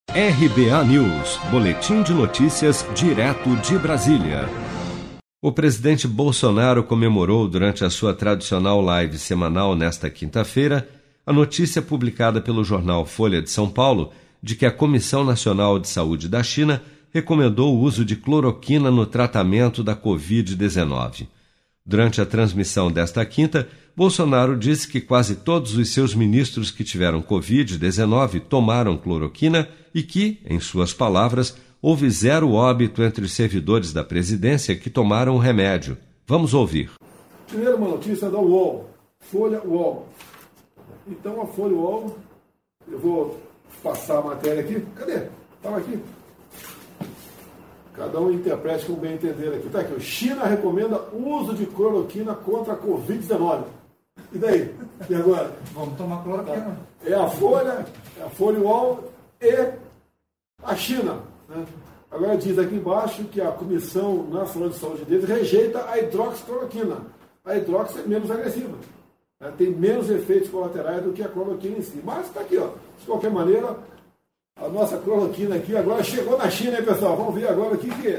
RBA News, boletim de notícias direto de Brasília. O presidente Bolsonaro comemorou durante a sua tradicional live semanal nesta quinta-feira a notícia publicada pelo jornal Folha de São Paulo de que a Comissão Nacional de Saúde da China recomendou o uso de cloroquina no tratamento da Covid-19. Durante a transmissão desta quinta, Bolsonaro disse que quase todos os seus ministros que tiveram Covid-19 tomaram cloroquina e que, em suas palavras, houve 0 óbito entre os servidores da presidência que tomaram o remédio. Vamos ouvir. Primeiro uma notícia da UOL, Folha UOL. Então a Folha UOL, eu vou passar a matéria aqui. Cadê? Estava aqui. Cada um interprete como bem entender aqui. Está aqui. China recomenda uso de cloroquina contra a Covid-19. E daí? E agora? Vamos tomar cloroquina. Tá. É a Folha UOL e a China. Né? Agora diz aqui embaixo que a Comissão Nacional de Saúde deles rejeita a hidroxicloroquina. A hidrox é menos agressiva. Né? Tem menos efeitos colaterais do que a cloroquina em si. Mas está aqui, ó. De qualquer maneira, a nossa cloroquina aqui agora chegou na China, hein, pessoal? Vamos ver agora o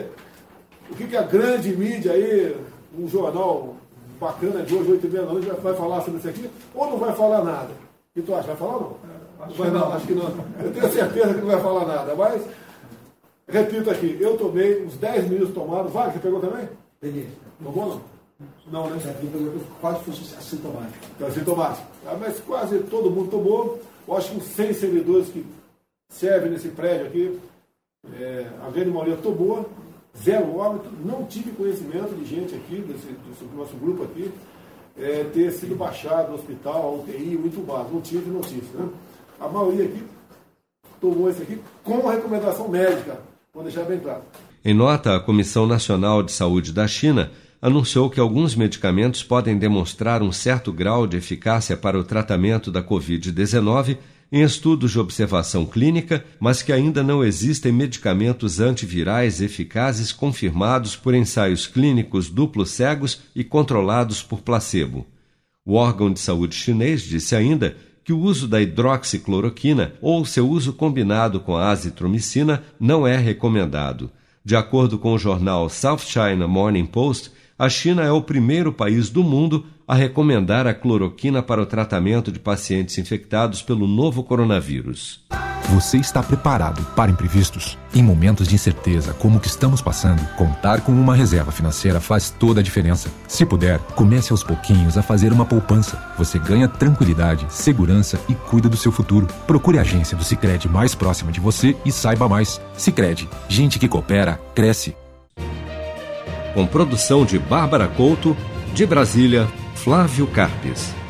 que a grande mídia aí, um jornal bacana de hoje, 8h30 da noite, vai falar sobre isso aqui, ou não vai falar nada? O que tu acha? Vai falar ou não? Acho que não. Eu tenho certeza que não vai falar nada, mas, repito aqui, eu tomei, uns 10 minutos tomados. Vai, você pegou também? Peguei. Tomou não? Não, né? Eu quase fui assintomático. Assintomático. Mas quase todo mundo tomou. Eu acho que uns 100 servidores que servem nesse prédio aqui, a grande maioria tomou, 0 óbito. Não tive conhecimento de gente aqui, desse nosso grupo aqui, ter sido baixado no hospital, UTI ou entubado. Não tive notícia, né? A maioria aqui tomou esse aqui com recomendação médica, vou deixar bem claro. Em nota, a Comissão Nacional de Saúde da China anunciou que alguns medicamentos podem demonstrar um certo grau de eficácia para o tratamento da Covid-19 em estudos de observação clínica, mas que ainda não existem medicamentos antivirais eficazes confirmados por ensaios clínicos duplos cegos e controlados por placebo. O órgão de saúde chinês disse ainda que o uso da hidroxicloroquina ou seu uso combinado com a azitromicina não é recomendado. De acordo com o jornal South China Morning Post, a China é o primeiro país do mundo a recomendar a cloroquina para o tratamento de pacientes infectados pelo novo coronavírus. Você está preparado para imprevistos? Em momentos de incerteza como o que estamos passando, contar com uma reserva financeira faz toda a diferença. Se puder, comece aos pouquinhos a fazer uma poupança. Você ganha tranquilidade, segurança e cuida do seu futuro. Procure a agência do Sicredi mais próxima de você e saiba mais. Sicredi, gente que coopera, cresce. Com produção de Bárbara Couto, de Brasília, Flávio Carpes.